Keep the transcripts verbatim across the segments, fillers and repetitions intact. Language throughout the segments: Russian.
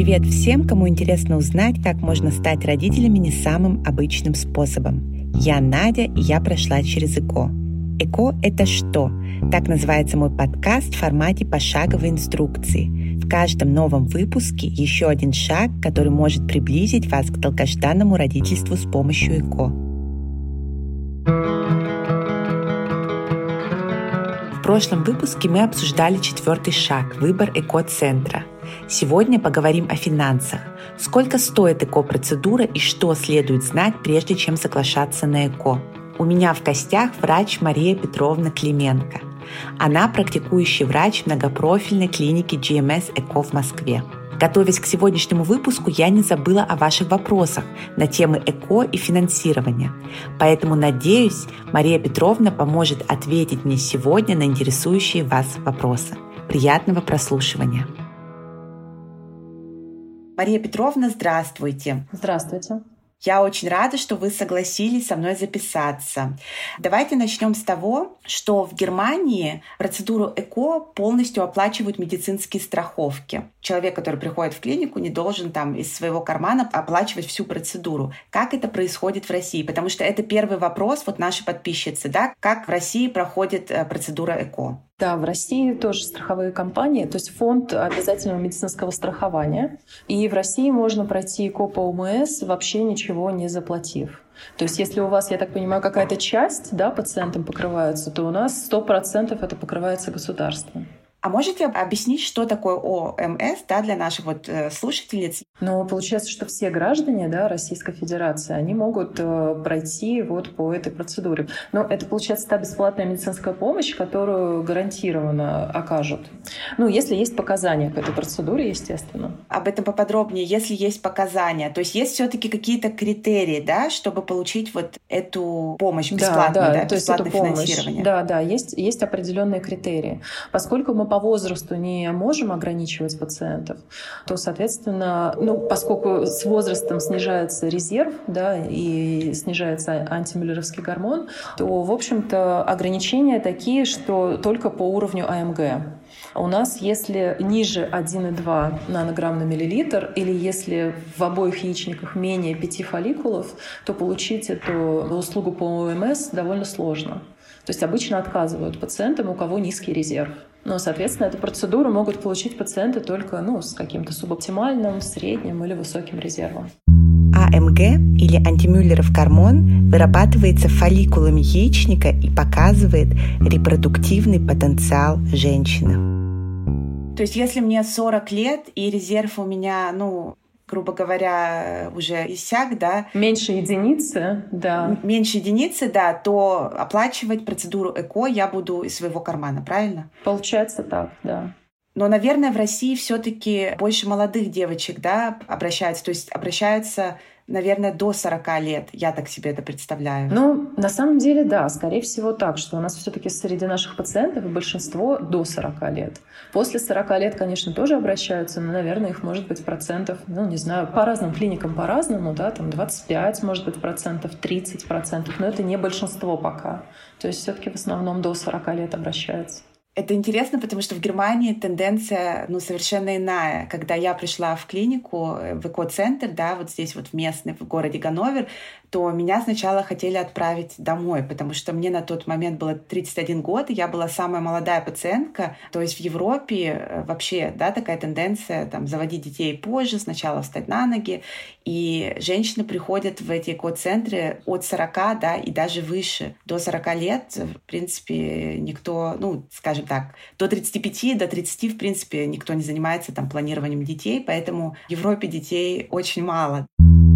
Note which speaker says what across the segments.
Speaker 1: Привет всем, кому интересно узнать, как можно стать родителями не самым обычным способом. Я Надя, и я прошла через ЭКО. ЭКО — это что? Так называется мой подкаст в формате пошаговой инструкции. В каждом новом выпуске еще один шаг, который может приблизить вас к долгожданному родительству с помощью ЭКО. В прошлом выпуске мы обсуждали четвертый шаг — выбор ЭКО-центра. Сегодня поговорим о финансах. Сколько стоит ЭКО-процедура и что следует знать, прежде чем соглашаться на ЭКО? У меня в гостях врач Мария Петровна Клименко. Она практикующий врач многопрофильной клиники джи эм эс ЭКО в Москве. Готовясь к сегодняшнему выпуску, я не забыла о ваших вопросах на темы ЭКО и финансирования. Поэтому, надеюсь, Мария Петровна поможет ответить мне сегодня на интересующие вас вопросы. Приятного прослушивания. Мария Петровна, здравствуйте.
Speaker 2: Здравствуйте.
Speaker 1: Я очень рада, что вы согласились со мной записаться. Давайте начнем с того, что в Германии процедуру ЭКО полностью оплачивают медицинские страховки. Человек, который приходит в клинику, не должен там из своего кармана оплачивать всю процедуру. Как это происходит в России? Потому что это первый вопрос вот нашей подписчицы, да? Как в России проходит процедура ЭКО?
Speaker 2: Да, в России тоже страховые компании, то есть фонд обязательного медицинского страхования. И в России можно пройти ЭКО по ОМС, вообще ничего не заплатив. То есть если у вас, я так понимаю, какая-то часть, да, пациентам покрывается, то у нас сто процентов это покрывается государством.
Speaker 1: А можете объяснить, что такое ОМС, да, для наших вот слушательниц?
Speaker 2: Ну, получается, что все граждане, да, Российской Федерации, они могут э, пройти вот по этой процедуре. Но это, получается, та бесплатная медицинская помощь, которую гарантированно окажут. Ну, если есть показания к этой процедуре, естественно.
Speaker 1: Об этом поподробнее, если есть показания. То есть есть все-таки какие-то критерии, да, чтобы получить вот эту помощь бесплатную,
Speaker 2: да, да,
Speaker 1: да,
Speaker 2: то
Speaker 1: бесплатное
Speaker 2: есть эту
Speaker 1: финансирование?
Speaker 2: Помощь. Да, да, есть, есть определенные критерии. Поскольку мы по возрасту не можем ограничивать пациентов, то, соответственно, ну, поскольку с возрастом снижается резерв, да, и снижается антимюллеровский гормон, то, в общем-то, ограничения такие, что только по уровню АМГ. У нас, если ниже один и два нанограмм на миллилитр, или если в обоих яичниках менее пяти фолликулов, то получить эту услугу по ОМС довольно сложно. То есть обычно отказывают пациентам, у кого низкий резерв. Но, соответственно, эту процедуру могут получить пациенты только ну, с каким-то субоптимальным, средним или высоким резервом.
Speaker 1: АМГ или антимюллеров гормон вырабатывается фолликулами яичника и показывает репродуктивный потенциал женщины. То есть если мне сорок лет и резерв у меня, ну, грубо говоря, уже иссяк, да?
Speaker 2: Меньше единицы, да.
Speaker 1: Меньше единицы, да, то оплачивать процедуру ЭКО я буду из своего кармана, правильно?
Speaker 2: Получается так, да.
Speaker 1: Но, наверное, в России все-таки больше молодых девочек, да, обращаются, то есть обращаются, наверное, до сорока лет. Я так себе это представляю.
Speaker 2: Ну, на самом деле, да, скорее всего так, что у нас все-таки среди наших пациентов большинство до сорока лет. После сорока лет, конечно, тоже обращаются, но, наверное, их может быть процентов, ну, не знаю, по разным клиникам по-разному, да, там двадцать пять, может быть, процентов, тридцать процентов, но это не большинство пока. То есть все-таки в основном до сорока лет обращаются.
Speaker 1: Это интересно, потому что в Германии тенденция ну, совершенно иная. Когда я пришла в клинику, в ЭКО-центр, да, вот здесь вот в местный, в городе Ганновер, то меня сначала хотели отправить домой, потому что мне на тот момент было тридцать один год, и я была самая молодая пациентка. То есть в Европе вообще да, такая тенденция там, заводить детей позже, сначала встать на ноги. И женщины приходят в эти эко-центры от сорока, да, и даже выше. До сорока лет, в принципе, никто, ну, скажем так, до тридцати пяти, до тридцати, в принципе, никто не занимается там планированием детей, поэтому в Европе детей очень мало.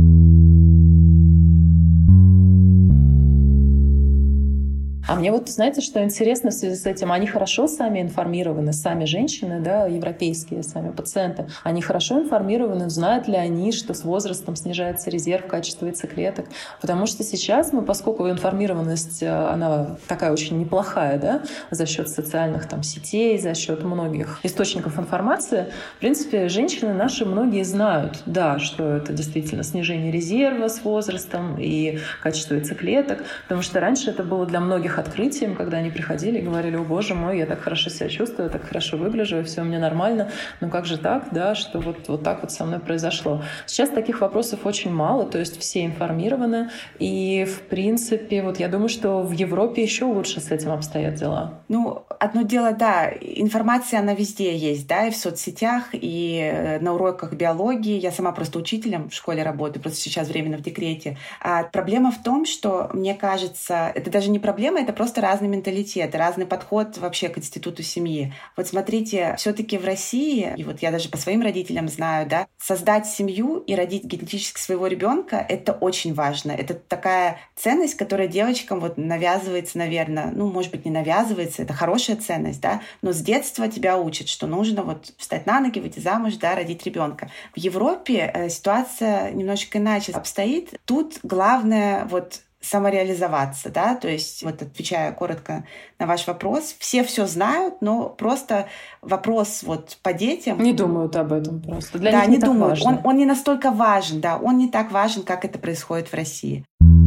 Speaker 2: А мне вот, знаете, что интересно в связи с этим? Они хорошо сами информированы, сами женщины, да, европейские сами пациенты, они хорошо информированы, знают ли они, что с возрастом снижается резерв качества яйцеклеток. Потому что сейчас мы, поскольку информированность, она такая очень неплохая, да, за счет социальных там сетей, за счет многих источников информации, в принципе, женщины наши многие знают, да, что это действительно снижение резерва с возрастом и качество яйцеклеток, потому что раньше это было для многих открытием, когда они приходили и говорили: о, боже мой, я так хорошо себя чувствую, я так хорошо выгляжу, все у меня нормально. Ну как же так, да, что вот, вот так вот со мной произошло? Сейчас таких вопросов очень мало, то есть все информированы. И, в принципе, вот я думаю, что в Европе еще лучше с этим обстоят дела.
Speaker 1: Ну, одно дело, да, информация, она везде есть, да, и в соцсетях, и на уроках биологии. Я сама просто учителем в школе работаю, просто сейчас временно в декрете. А проблема в том, что, мне кажется, это даже не проблема, это просто разный менталитет, разный подход вообще к институту семьи. Вот смотрите, все-таки в России, и вот я даже по своим родителям знаю, да, создать семью и родить генетически своего ребенка — это очень важно. Это такая ценность, которая девочкам вот навязывается, наверное, ну, может быть, не навязывается, это хорошая ценность, да, но с детства тебя учат, что нужно вот встать на ноги, выйти замуж, да, родить ребенка. В Европе э, ситуация немножечко иначе обстоит. Тут главное вот самореализоваться, да, то есть, вот отвечая коротко на ваш вопрос, все все знают, но просто вопрос вот по детям...
Speaker 2: Не думают об этом просто. Для
Speaker 1: да,
Speaker 2: них не,
Speaker 1: не
Speaker 2: так
Speaker 1: думают.
Speaker 2: важно.
Speaker 1: Он, он не настолько важен, да, он не так важен, как это происходит в России.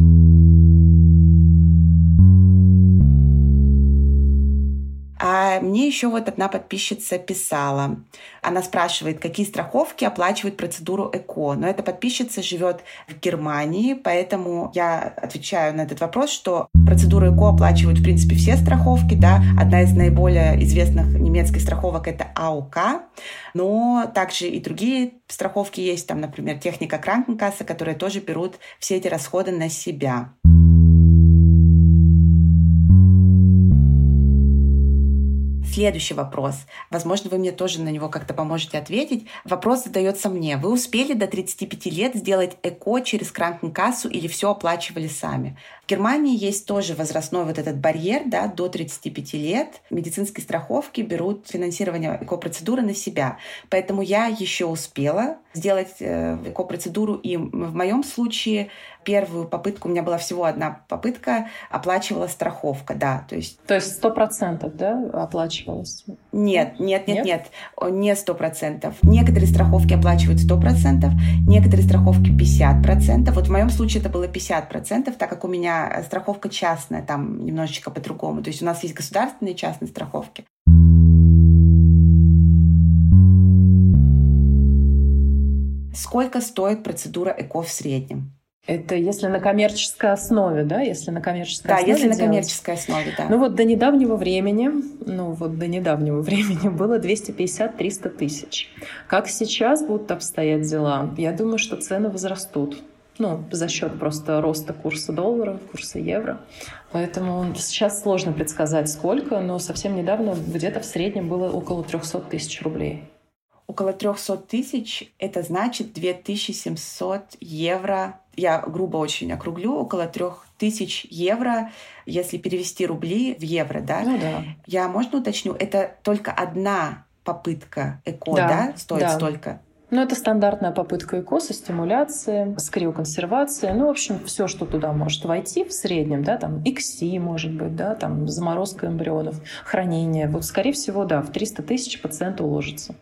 Speaker 1: А мне еще вот одна подписчица писала. Она спрашивает, какие страховки оплачивают процедуру ЭКО. Но эта подписчица живет в Германии, поэтому я отвечаю на этот вопрос, что процедуру ЭКО оплачивают, в принципе, все страховки. Да? Одна из наиболее известных немецких страховок — это АОК. Но также и другие страховки есть, там, например, Техника Кранкенкассе, которые тоже берут все эти расходы на себя. Следующий вопрос. Возможно, вы мне тоже на него как-то поможете ответить. Вопрос задается мне. Вы успели до тридцати пяти лет сделать ЭКО через Кранкенкассу или все оплачивали сами? В Германии есть тоже возрастной вот этот барьер, да, до тридцати пяти лет. Медицинские страховки берут финансирование ЭКО-процедуры на себя. Поэтому я еще успела сделать ЭКО-процедуру, и в моем случае первую попытку, у меня была всего одна попытка, оплачивала страховка, да. То есть
Speaker 2: То есть сто процентов, да, оплачивалось?
Speaker 1: Нет, нет, нет, нет, нет, не сто процентов. Некоторые страховки оплачивают сто процентов, некоторые страховки пятьдесят процентов. Вот в моем случае это было пятьдесят процентов, так как у меня страховка частная, там немножечко по-другому. То есть у нас есть государственные и частные страховки. Сколько стоит процедура ЭКО в среднем?
Speaker 2: Это если на коммерческой основе, да? Если на коммерческой
Speaker 1: да,
Speaker 2: основе
Speaker 1: если
Speaker 2: делать.
Speaker 1: на коммерческой основе, да.
Speaker 2: Ну вот до недавнего времени, ну вот до недавнего времени было двести пятьдесят - триста тысяч. Как сейчас будут обстоять дела? Я думаю, что цены возрастут. Ну, за счет просто роста курса доллара, курса евро. Поэтому сейчас сложно предсказать, сколько, но совсем недавно где-то в среднем было около триста тысяч рублей.
Speaker 1: Около триста тысяч — это значит две тысячи семьсот евро. Я грубо очень округлю, около трех тысяч евро, если перевести рубли в евро, да?
Speaker 2: Ну да.
Speaker 1: Я, можно уточню, это только одна попытка ЭКО, да,
Speaker 2: да
Speaker 1: стоит
Speaker 2: да.
Speaker 1: столько?
Speaker 2: Ну, это стандартная попытка ЭКО со стимуляцией, с криоконсервацией. Ну, в общем, все, что туда может войти в среднем, да, там, ИКСИ, может быть, да, там, заморозка эмбрионов, хранение. Вот, скорее всего, да, в триста тысяч пациент уложится.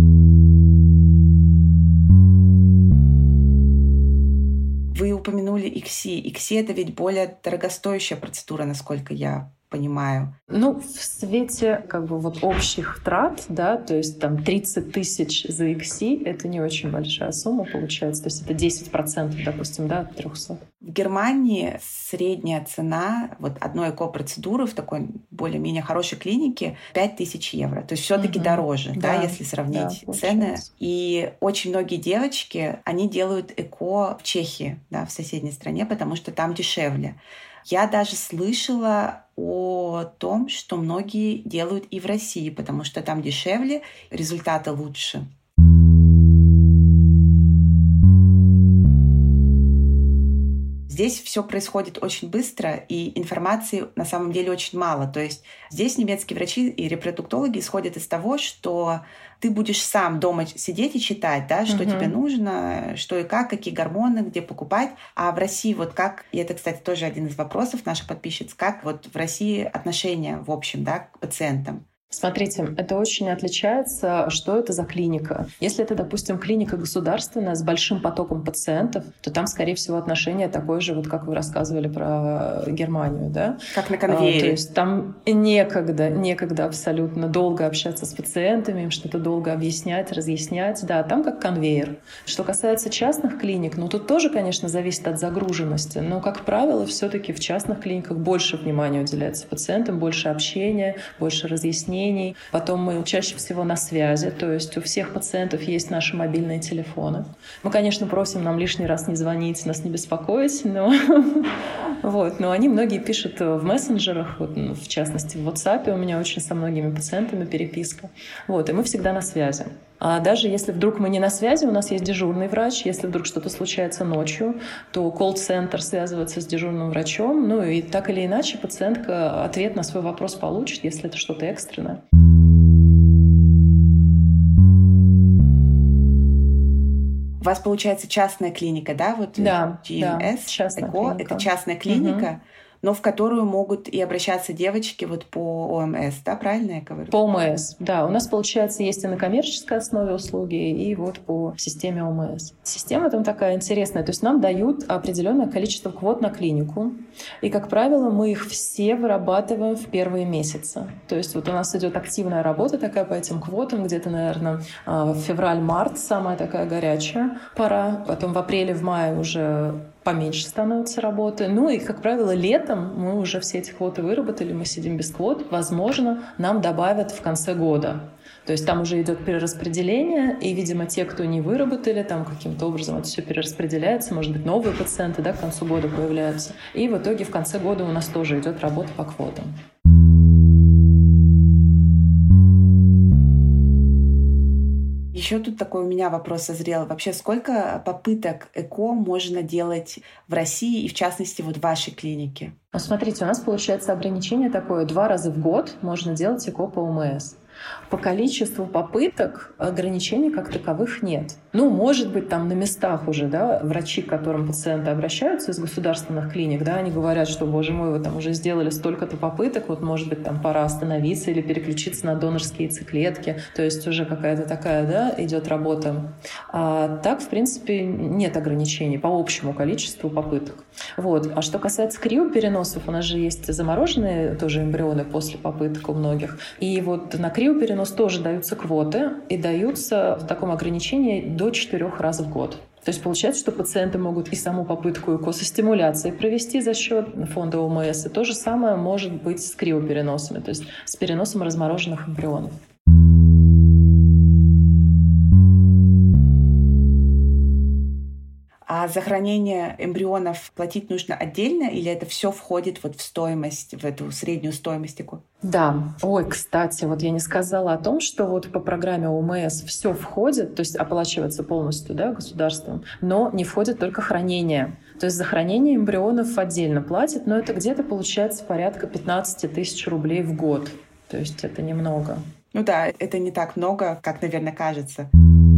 Speaker 1: Вы упомянули ИКСИ. ИКСИ — это ведь более дорогостоящая процедура, насколько я понимаю.
Speaker 2: Ну, в свете как бы вот общих трат, да, то есть там тридцать тысяч за ИКСИ — это не очень большая сумма получается, то есть это десять процентов, допустим, да, от трехсот.
Speaker 1: В Германии средняя цена вот одной ЭКО-процедуры в такой более-менее хорошей клинике пять тысяч евро. То есть все-таки угу. дороже, да, да, если сравнить да, цены. Получается. И очень многие девочки, они делают ЭКО в Чехии, да, в соседней стране, потому что там дешевле. Я даже слышала о том, что многие делают и в России, потому что там дешевле, результаты лучше. Здесь все происходит очень быстро, и информации на самом деле очень мало. То есть здесь немецкие врачи и репродуктологи исходят из того, что ты будешь сам дома сидеть и читать, да, что uh-huh. тебе нужно, что и как, какие гормоны, где покупать. А в России вот как, и это, кстати, тоже один из вопросов наших подписчиц, как вот в России отношение в общем, да, к пациентам?
Speaker 2: Смотрите, это очень отличается, что это за клиника. Если это, допустим, клиника государственная с большим потоком пациентов, то там, скорее всего, отношение такое же, вот как вы рассказывали про Германию, да?
Speaker 1: Как на конвейере.
Speaker 2: А, то есть там некогда, некогда абсолютно долго общаться с пациентами, им что-то долго объяснять, разъяснять. Да, там как конвейер. Что касается частных клиник, ну тут тоже, конечно, зависит от загруженности, но, как правило, все-таки в частных клиниках больше внимания уделяется пациентам, больше общения, больше разъяснений. Потом мы чаще всего на связи, то есть у всех пациентов есть наши мобильные телефоны. Мы, конечно, просим нам лишний раз не звонить, нас не беспокоить, но, вот, но они многие пишут в мессенджерах, вот, в частности в WhatsApp у меня очень со многими пациентами переписка. Вот, и мы всегда на связи. А даже если вдруг мы не на связи, у нас есть дежурный врач. Если вдруг что-то случается ночью, то колл-центр связывается с дежурным врачом. Ну и так или иначе пациентка ответ на свой вопрос получит, если это что-то экстренное.
Speaker 1: У вас, получается, частная клиника, да? Вот
Speaker 2: да,
Speaker 1: джи эм эс,
Speaker 2: да, частная
Speaker 1: ЭКО,
Speaker 2: клиника.
Speaker 1: Это частная клиника, угу. но в которую могут и обращаться девочки вот по О Эм Эс, да, правильно я говорю?
Speaker 2: По О Эм Эс, да. У нас, получается, есть и на коммерческой основе услуги, и вот по системе О Эм Эс. Система там такая интересная, то есть нам дают определенное количество квот на клинику, и, как правило, мы их все вырабатываем в первые месяцы. То есть вот у нас идет активная работа такая по этим квотам, где-то, наверное, февраль-март самая такая горячая пора, потом в апреле, в мае уже поменьше становится работы. Ну и, как правило, летом мы уже все эти квоты выработали, мы сидим без квот. Возможно, нам добавят в конце года. То есть там уже идет перераспределение, и, видимо, те, кто не выработали, там каким-то образом это все перераспределяется, может быть, новые пациенты, да, к концу года появляются. И в итоге в конце года у нас тоже идет работа по квотам.
Speaker 1: Еще тут такой у меня вопрос созрел. Вообще, сколько попыток ЭКО можно делать в России и, в частности, вот в вашей клинике?
Speaker 2: Ну, смотрите, у нас получается ограничение такое. Два раза в год можно делать ЭКО по О Эм Эс. По количеству попыток ограничений как таковых нет. Ну, может быть, там на местах уже, да, врачи, к которым пациенты обращаются из государственных клиник, да, они говорят, что, боже мой, вы там уже сделали столько-то попыток, вот, может быть, там пора остановиться или переключиться на донорские яйцеклетки. То есть уже какая-то такая, да, идет работа. А так, в принципе, нет ограничений по общему количеству попыток. Вот. А что касается криопереносов, у нас же есть замороженные тоже эмбрионы после попыток у многих. И вот на криоперенос тоже даются квоты и даются в таком ограничении до четырех раз в год. То есть получается, что пациенты могут и саму попытку ЭКО-стимуляции провести за счет фонда О Эм Эс, и то же самое может быть с криопереносами, то есть с переносом размороженных эмбрионов.
Speaker 1: А за хранение эмбрионов платить нужно отдельно или это все входит вот в стоимость, в эту среднюю стоимость ЭКО?
Speaker 2: Да. Ой, кстати, вот я не сказала о том, что вот по программе О Эм Эс все входит, то есть оплачивается полностью, да, государством, но не входит только хранение. То есть за хранение эмбрионов отдельно платят, но это где-то получается порядка пятнадцать тысяч рублей в год. То есть это немного.
Speaker 1: Ну да, это не так много, как, наверное, кажется.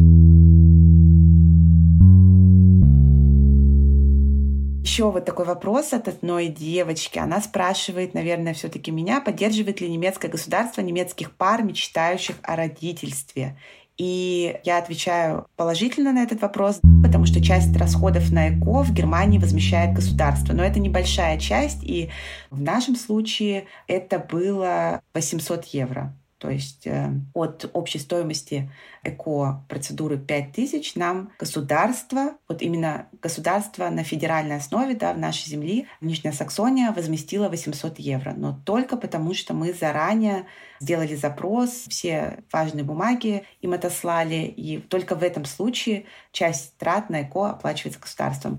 Speaker 1: Еще вот такой вопрос от одной девочки. Она спрашивает, наверное, все-таки меня, поддерживает ли немецкое государство немецких пар, мечтающих о родительстве? И я отвечаю положительно на этот вопрос, потому что часть расходов на ЭКО в Германии возмещает государство. Но это небольшая часть, и в нашем случае это было восемьсот евро. То есть э, от общей стоимости ЭКО-процедуры пять тысяч нам государство, вот именно государство на федеральной основе, да, в нашей земле, Нижняя Саксония, возместило восемьсот евро. Но только потому, что мы заранее сделали запрос, все важные бумаги им отослали, и только в этом случае часть трат на ЭКО оплачивается государством.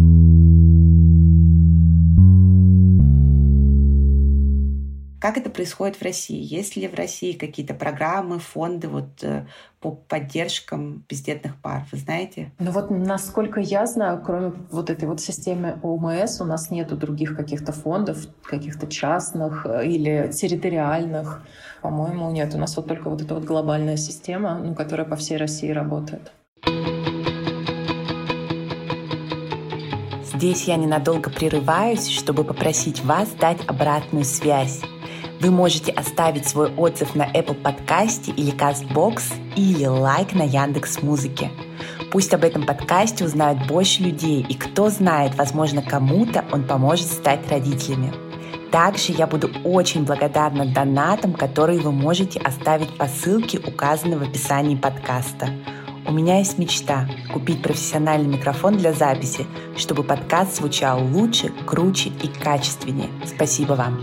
Speaker 1: Как это происходит в России? Есть ли в России какие-то программы, фонды вот, по поддержкам бездетных пар? Вы знаете?
Speaker 2: Ну вот, насколько я знаю, кроме вот этой вот системы О Эм Эс, у нас нету других каких-то фондов, каких-то частных или территориальных. По-моему, нет. У нас вот только вот эта вот глобальная система, ну, которая по всей России работает.
Speaker 1: Здесь я ненадолго прерываюсь, чтобы попросить вас дать обратную связь. Вы можете оставить свой отзыв на Apple подкасте или Castbox или лайк на Яндекс.Музыке. Пусть об этом подкасте узнают больше людей, и кто знает, возможно, кому-то он поможет стать родителями. Также я буду очень благодарна донатам, которые вы можете оставить по ссылке, указанной в описании подкаста. У меня есть мечта – купить профессиональный микрофон для записи, чтобы подкаст звучал лучше, круче и качественнее. Спасибо вам.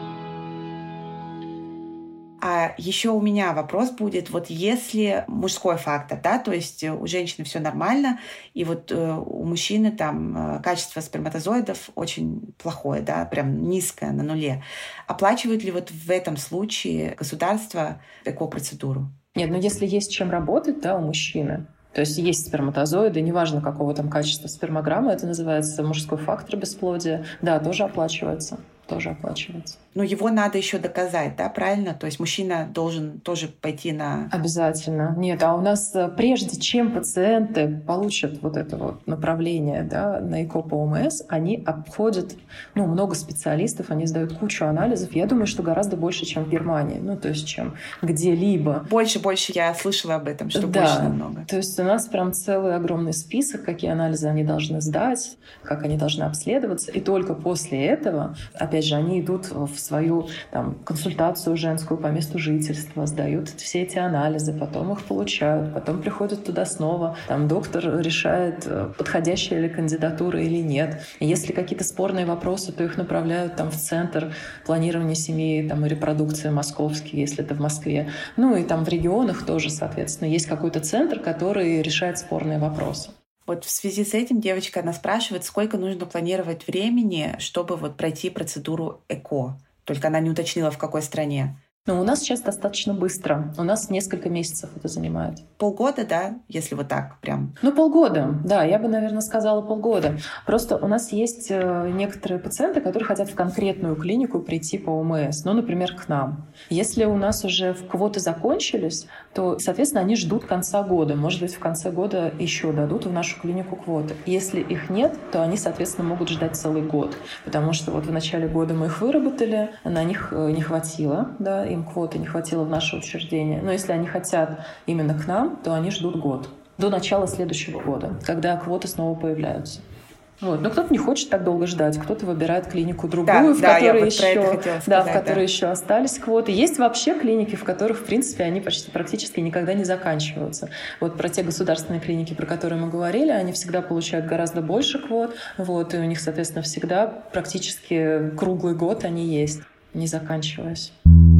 Speaker 1: А еще у меня вопрос будет, вот если мужской фактор, да, то есть у женщины все нормально, и вот э, у мужчины там э, качество сперматозоидов очень плохое, да, прям низкое, на нуле. Оплачивает ли вот в этом случае государство эко-процедуру?
Speaker 2: Нет, ну если есть чем работать, да, у мужчины, то есть есть сперматозоиды, неважно какого там качества спермограммы, это называется мужской фактор бесплодия, да, тоже оплачивается. тоже оплачивается.
Speaker 1: Но его надо еще доказать, да, правильно? То есть мужчина должен тоже пойти на...
Speaker 2: Обязательно. Нет, а у нас прежде чем пациенты получат вот это вот направление, да, на ЭКО по ОМС, они обходят, ну, много специалистов, они сдают кучу анализов. Я думаю, что гораздо больше, чем в Германии. Ну, то есть, чем где-либо.
Speaker 1: Больше, больше я слышала об этом, что
Speaker 2: да.
Speaker 1: больше намного.
Speaker 2: То есть у нас прям целый огромный список, какие анализы они должны сдать, как они должны обследоваться. И только после этого, опять же, они идут в свою там, консультацию женскую по месту жительства, сдают все эти анализы, потом их получают, потом приходят туда снова. Там доктор решает, подходящая ли кандидатура или нет. И если какие-то спорные вопросы, то их направляют там, в Центр планирования семьи там, и репродукции московский, если это в Москве. Ну и там в регионах тоже, соответственно, есть какой-то центр, который решает спорные вопросы.
Speaker 1: Вот в связи с этим девочка, она спрашивает, сколько нужно планировать времени, чтобы вот пройти процедуру ЭКО. Только она не уточнила, в какой стране.
Speaker 2: Но у нас сейчас достаточно быстро. У нас несколько месяцев это занимает.
Speaker 1: Полгода, да, если вот так прям?
Speaker 2: Ну, полгода, да, я бы, наверное, сказала полгода. Просто у нас есть некоторые пациенты, которые хотят в конкретную клинику прийти по ОМС, ну, например, к нам. Если у нас уже квоты закончились, то, соответственно, они ждут конца года. Может быть, в конце года еще дадут в нашу клинику квоты. Если их нет, то они, соответственно, могут ждать целый год. Потому что вот в начале года мы их выработали, на них не хватило, да, им квоты не хватило в наше учреждение. Но если они хотят именно к нам, то они ждут год. До начала следующего года, когда квоты снова появляются. Вот. Но кто-то не хочет так долго ждать, кто-то выбирает клинику другую,
Speaker 1: да,
Speaker 2: в,
Speaker 1: да,
Speaker 2: которой
Speaker 1: вот
Speaker 2: еще,
Speaker 1: сказать,
Speaker 2: да, в которой
Speaker 1: да.
Speaker 2: еще остались квоты. Есть вообще клиники, в которых, в принципе, они почти практически никогда не заканчиваются. Вот про те государственные клиники, про которые мы говорили, они всегда получают гораздо больше квот, вот, и у них, соответственно, всегда практически круглый год они есть, не заканчиваясь.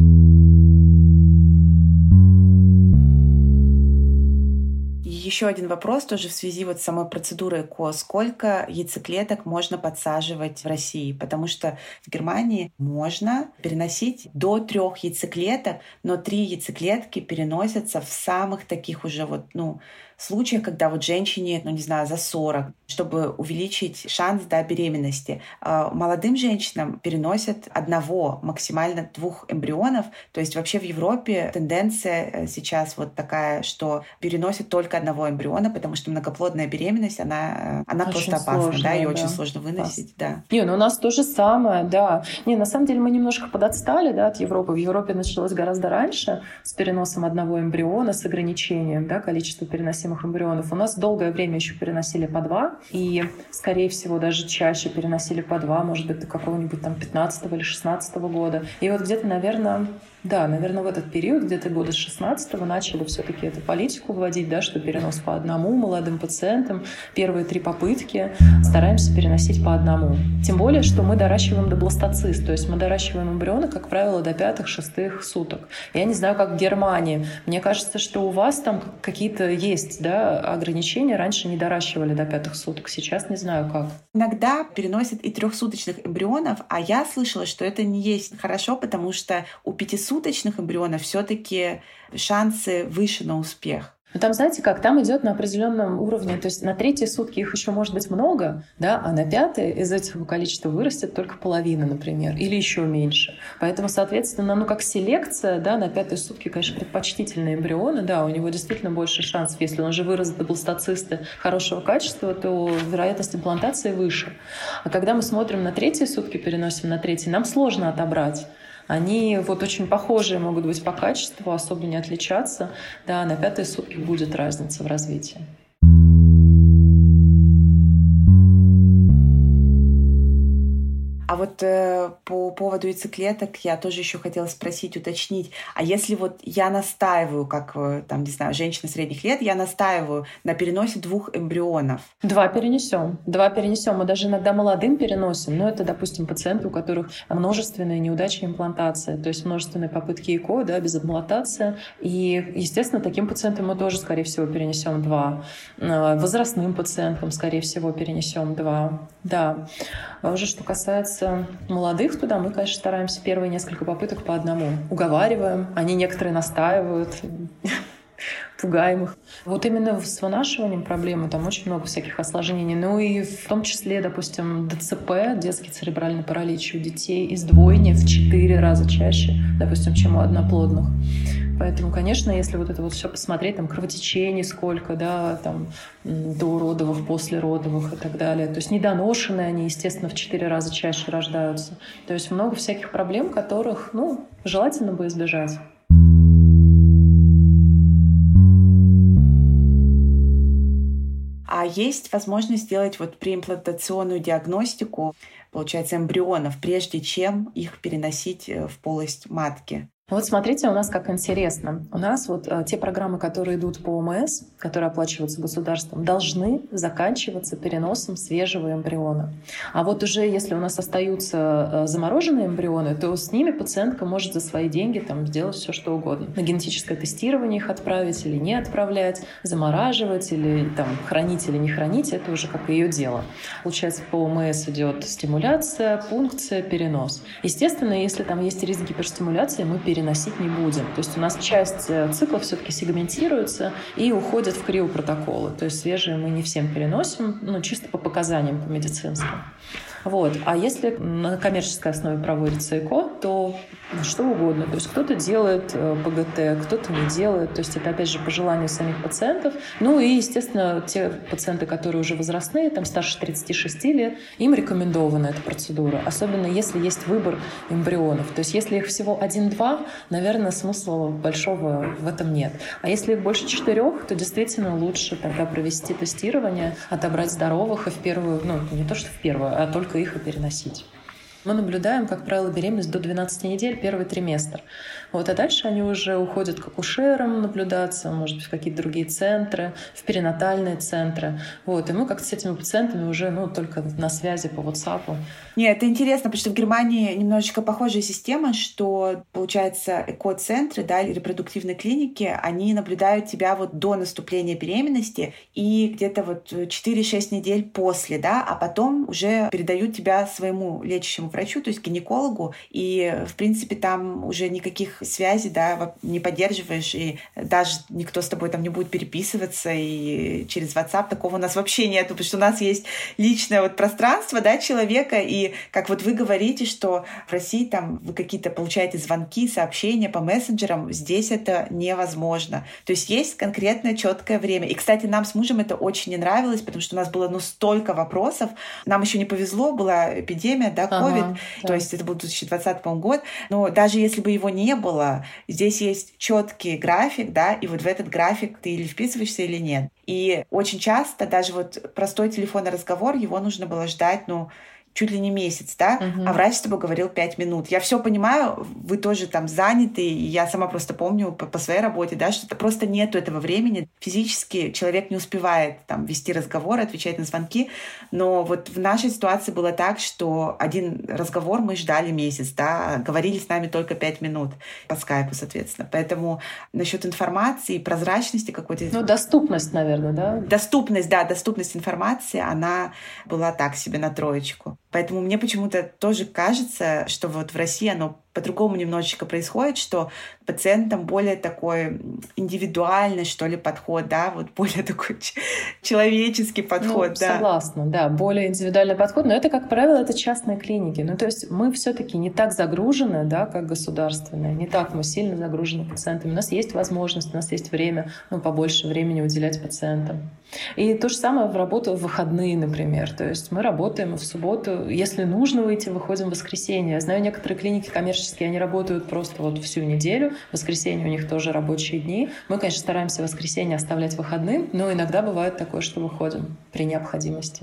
Speaker 1: Еще один вопрос тоже в связи вот с самой процедурой ЭКО. Сколько яйцеклеток можно подсаживать в России? Потому что в Германии можно переносить до трех яйцеклеток, но три яйцеклетки переносятся в самых таких уже вот, ну, случаях, когда вот женщине, ну не знаю, за сорок, чтобы увеличить шанс до беременности. Молодым женщинам переносят одного, максимально двух эмбрионов. То есть вообще в Европе тенденция сейчас вот такая, что переносят только одного эмбриона, потому что многоплодная беременность, она, она просто опасна, сложная, да, ее да. очень сложно выносить. Да.
Speaker 2: Не, ну у нас то же самое, да. Не, на самом деле мы немножко подотстали, да, от Европы. В Европе началось гораздо раньше с переносом одного эмбриона, с ограничением, да, количества переносимых эмбрионов. У нас долгое время еще переносили по два, и, скорее всего, даже чаще переносили по два, может быть, до какого-нибудь там пятнадцатого или шестнадцатого года. И вот где-то, наверное, да, наверное, в этот период, где-то года с шестнадцатого, начали все-таки эту политику вводить, да, что перенос по одному молодым пациентам. Первые три попытки стараемся переносить по одному. Тем более, что мы доращиваем до бластоцист, то есть мы доращиваем эмбриона, как правило, до пятых-шестых суток. Я не знаю, как в Германии. Мне кажется, что у вас там какие-то есть, да, ограничения. Раньше не доращивали до пятых суток, сейчас не знаю как.
Speaker 1: Иногда переносят и трехсуточных эмбрионов, а я слышала, что это не есть хорошо, потому что у пятисуточных эмбрионов все-таки шансы выше на успех.
Speaker 2: Но там, знаете как, там идет на определенном уровне, то есть на третьи сутки их еще может быть много, да, а на пятые из этого количества вырастет только половина, например, или еще меньше. Поэтому, соответственно, ну как селекция, да, на пятые сутки, конечно, предпочтительные эмбрионы, да, у него действительно больше шансов. Если он уже вырос до бластоцисты хорошего качества, то вероятность имплантации выше. А когда мы смотрим на третьи сутки, переносим на третьи, нам сложно отобрать. они вот очень похожие могут быть по качеству, особо не отличаться. Да, на пятые сутки будет разница в развитии.
Speaker 1: А вот э, по поводу яйцеклеток я тоже еще хотела спросить, уточнить. А если вот я настаиваю, как, там, не знаю, женщина средних лет, я настаиваю на переносе двух эмбрионов?
Speaker 2: Два перенесем. Два перенесем. Мы даже иногда молодым переносим. Но это, допустим, пациенты, у которых множественные неудачи имплантации, то есть множественные попытки ЭКО, да, без имплантации. И, естественно, таким пациентам мы тоже, скорее всего, перенесем два. Возрастным пациентам, скорее всего, перенесем два. Да. А уже что касается молодых туда, мы, конечно, стараемся первые несколько попыток по одному. Уговариваем, они некоторые настаивают, пугаем их. Вот именно с вынашиванием проблемы, там очень много всяких осложнений. Ну и в том числе, допустим, ДЦП, детский церебральный паралич у детей, из двойни в четыре раза чаще, допустим, чем у одноплодных. Поэтому, конечно, если вот это вот все посмотреть, там кровотечений сколько, да, там до родовых, после родовых и так далее. То есть недоношенные они, естественно, в четыре раза чаще рождаются. То есть много всяких проблем, которых, ну, желательно бы избежать.
Speaker 1: А есть возможность сделать вот преимплантационную диагностику, получается, эмбрионов, прежде чем их переносить в полость матки?
Speaker 2: Вот смотрите, у нас как интересно. У нас вот э, те программы, которые идут по ОМС, которые оплачиваются государством, должны заканчиваться переносом свежего эмбриона. А вот уже если у нас остаются э, замороженные эмбрионы, то с ними пациентка может за свои деньги там сделать все, что угодно. На генетическое тестирование их отправить или не отправлять, замораживать или там хранить или не хранить, это уже как ее дело. Получается, по ОМС идет стимуляция, пункция, перенос. Естественно, если там есть риск гиперстимуляции, мы переносим переносить не будем. То есть у нас часть цикла все-таки сегментируется и уходит в криопротоколы. То есть свежие мы не всем переносим, ну, чисто по показаниям по медицинским. Вот. А если на коммерческой основе проводится ЭКО, то что угодно. То есть кто-то делает ПГТ, кто-то не делает. То есть это, опять же, по желанию самих пациентов. Ну и, естественно, те пациенты, которые уже возрастные, там старше тридцати шести лет, им рекомендована эта процедура. Особенно если есть выбор эмбрионов. То есть если их всего один-два, наверное, смысла большого в этом нет. А если их больше четырех, то действительно лучше тогда провести тестирование, отобрать здоровых и в первую, ну не то что в первую, а только их и переносить. Мы наблюдаем, как правило, беременность до двенадцати недель, первый триместр. Вот, а дальше они уже уходят к акушерам наблюдаться, может быть, в какие-то другие центры, в перинатальные центры. Вот, и мы как-то с этими пациентами уже ну, только на связи по WhatsApp.
Speaker 1: Нет, это интересно, потому что в Германии немножечко похожая система, что, получается, эко-центры, да, или репродуктивные клиники, они наблюдают тебя вот до наступления беременности и где-то вот четыре-шесть недель после, да, а потом уже передают тебя своему лечащему врачу, то есть гинекологу, и, в принципе, там уже никаких связей, да, не поддерживаешь, и даже никто с тобой там не будет переписываться, и через WhatsApp такого у нас вообще нету, потому что у нас есть личное вот пространство, да, человека, и как вот вы говорите, что в России там вы какие-то получаете звонки, сообщения по мессенджерам, здесь это невозможно. То есть есть конкретное четкое время. И, кстати, нам с мужем это очень не нравилось, потому что у нас было ну столько вопросов. Нам еще не повезло, была эпидемия, да, ковид, ага, да. То есть это был две тысячи двадцатый, по-моему, год. Но даже если бы его не было, здесь есть четкий график, да, и вот в этот график ты или вписываешься, или нет. И очень часто даже вот простой телефонный разговор, его нужно было ждать, ну, чуть ли не месяц, да, uh-huh. а врач с тобой говорил пять минут. Я все понимаю, вы тоже там заняты, и я сама просто помню по, по своей работе, да, что просто нету этого времени. Физически человек не успевает там вести разговор, отвечать на звонки, но вот в нашей ситуации было так, что один разговор мы ждали месяц, да, говорили с нами только пять минут по скайпу, соответственно. Поэтому насчет информации, прозрачности какой-то...
Speaker 2: Ну, доступность, наверное, да?
Speaker 1: Доступность, да, доступность информации, она была так себе на троечку. Поэтому мне почему-то тоже кажется, что вот в России оно по-другому немножечко происходит, что пациентам более такой индивидуальный, что ли, подход, да, вот более такой человеческий подход,
Speaker 2: ну,
Speaker 1: да.
Speaker 2: Согласна, да, более индивидуальный подход, но это, как правило, это частные клиники. Ну, то есть мы все-таки не так загружены, да, как государственные, не так мы сильно загружены пациентами. У нас есть возможность, у нас есть время, ну, побольше времени уделять пациентам. И то же самое в работу в выходные, например. То есть мы работаем в субботу, если нужно выйти, выходим в воскресенье. Я знаю некоторые клиники коммерческие, коммерческие, они работают просто вот всю неделю. В воскресенье у них тоже рабочие дни. Мы, конечно, стараемся воскресенье оставлять выходным, но иногда бывает такое, что выходим при необходимости.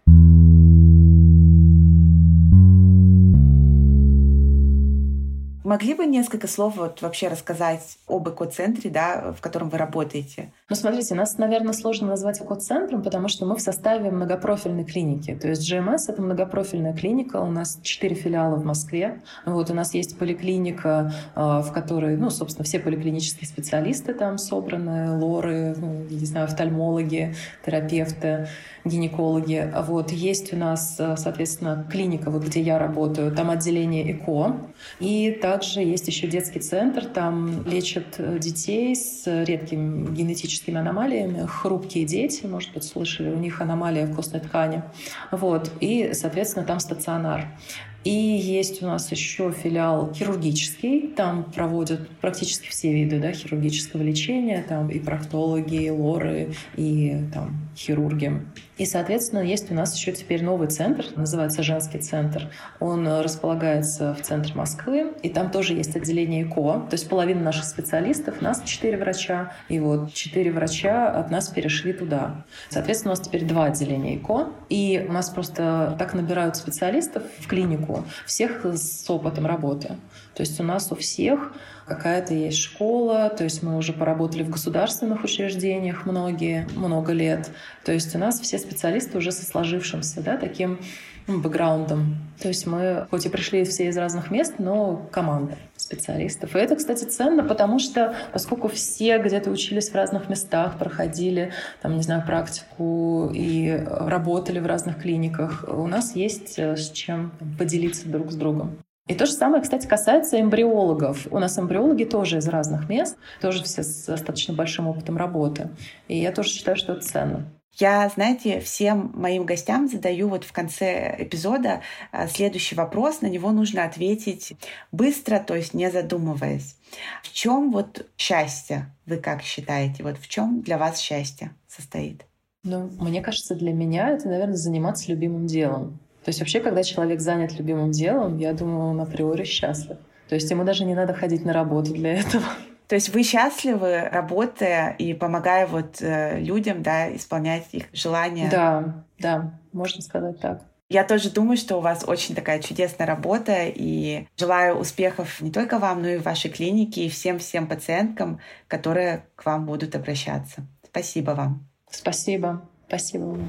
Speaker 1: Могли бы несколько слов вот вообще рассказать об экоцентре, да, в котором вы работаете?
Speaker 2: Ну, смотрите, нас, наверное, сложно назвать экоцентром, потому что мы в составе многопрофильной клиники. То есть джи эм эс — это многопрофильная клиника. У нас четыре филиала в Москве. Вот, у нас есть поликлиника, в которой, ну, собственно, все поликлинические специалисты там собраны, лоры, ну, не знаю, офтальмологи, терапевты, гинекологи. Вот, есть у нас, соответственно, клиника, вот где я работаю, там отделение ЭКО. И также есть еще детский центр, там лечат детей с редкими генетическими аномалиями, хрупкие дети, может быть, слышали, у них аномалия в костной ткани. Вот. И, соответственно, там стационар. И есть у нас еще филиал хирургический. Там проводят практически все виды, да, хирургического лечения. Там и проктологи, и лоры, и там, хирурги. И, соответственно, есть у нас еще теперь новый центр, называется женский центр. Он располагается в центре Москвы, и там тоже есть отделение ЭКО. То есть половина наших специалистов, нас четыре врача, и вот четыре врача от нас перешли туда. Соответственно, у нас теперь два отделения ЭКО, и у нас просто так набирают специалистов в клинику, всех с опытом работы. То есть у нас у всех какая-то есть школа, то есть мы уже поработали в государственных учреждениях многие, много лет. То есть у нас все специалисты уже со сложившимся, да, таким ну, бэкграундом. То есть мы хоть и пришли все из разных мест, но команда специалистов. И это, кстати, ценно, потому что поскольку все где-то учились в разных местах, проходили, там, не знаю, практику и работали в разных клиниках, у нас есть с чем поделиться друг с другом. И то же самое, кстати, касается эмбриологов. У нас эмбриологи тоже из разных мест, тоже все с достаточно большим опытом работы. И я тоже считаю, что это ценно.
Speaker 1: Я, знаете, всем моим гостям задаю вот в конце эпизода следующий вопрос. На него нужно ответить быстро, то есть не задумываясь. В чем вот счастье? Вы как считаете? Вот в чем для вас счастье состоит?
Speaker 2: Ну, мне кажется, для меня это, наверное, заниматься любимым делом. То есть вообще, когда человек занят любимым делом, я думаю, он априори счастлив. То есть ему даже не надо ходить на работу для этого.
Speaker 1: То есть вы счастливы, работая и помогая вот э, людям, да, исполнять их желания?
Speaker 2: Да, да, можно сказать так.
Speaker 1: Я тоже думаю, что у вас очень такая чудесная работа, и желаю успехов не только вам, но и вашей клинике, и всем-всем пациенткам, которые к вам будут обращаться. Спасибо вам.
Speaker 2: Спасибо. Спасибо вам.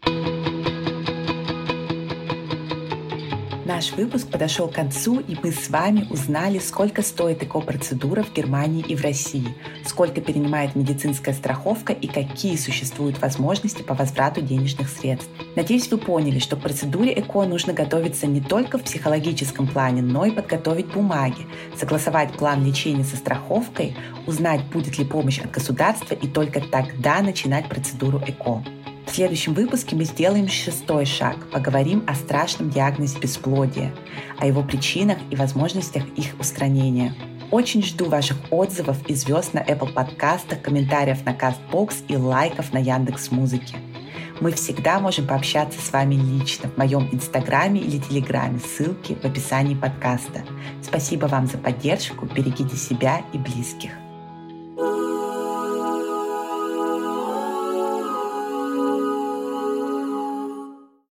Speaker 1: Наш выпуск подошел к концу, и мы с вами узнали, сколько стоит эко-процедура в Германии и в России, сколько перенимает медицинская страховка и какие существуют возможности по возврату денежных средств. Надеюсь, вы поняли, что к процедуре ЭКО нужно готовиться не только в психологическом плане, но и подготовить бумаги, согласовать план лечения со страховкой, узнать, будет ли помощь от государства, и только тогда начинать процедуру ЭКО. В следующем выпуске мы сделаем шестой шаг, поговорим о страшном диагнозе бесплодия, о его причинах и возможностях их устранения. Очень жду ваших отзывов и звезд на Apple подкастах, комментариев на Castbox и лайков на Яндекс.Музыке. Мы всегда можем пообщаться с вами лично в моем инстаграме или телеграме, ссылки в описании подкаста. Спасибо вам за поддержку, берегите себя и близких.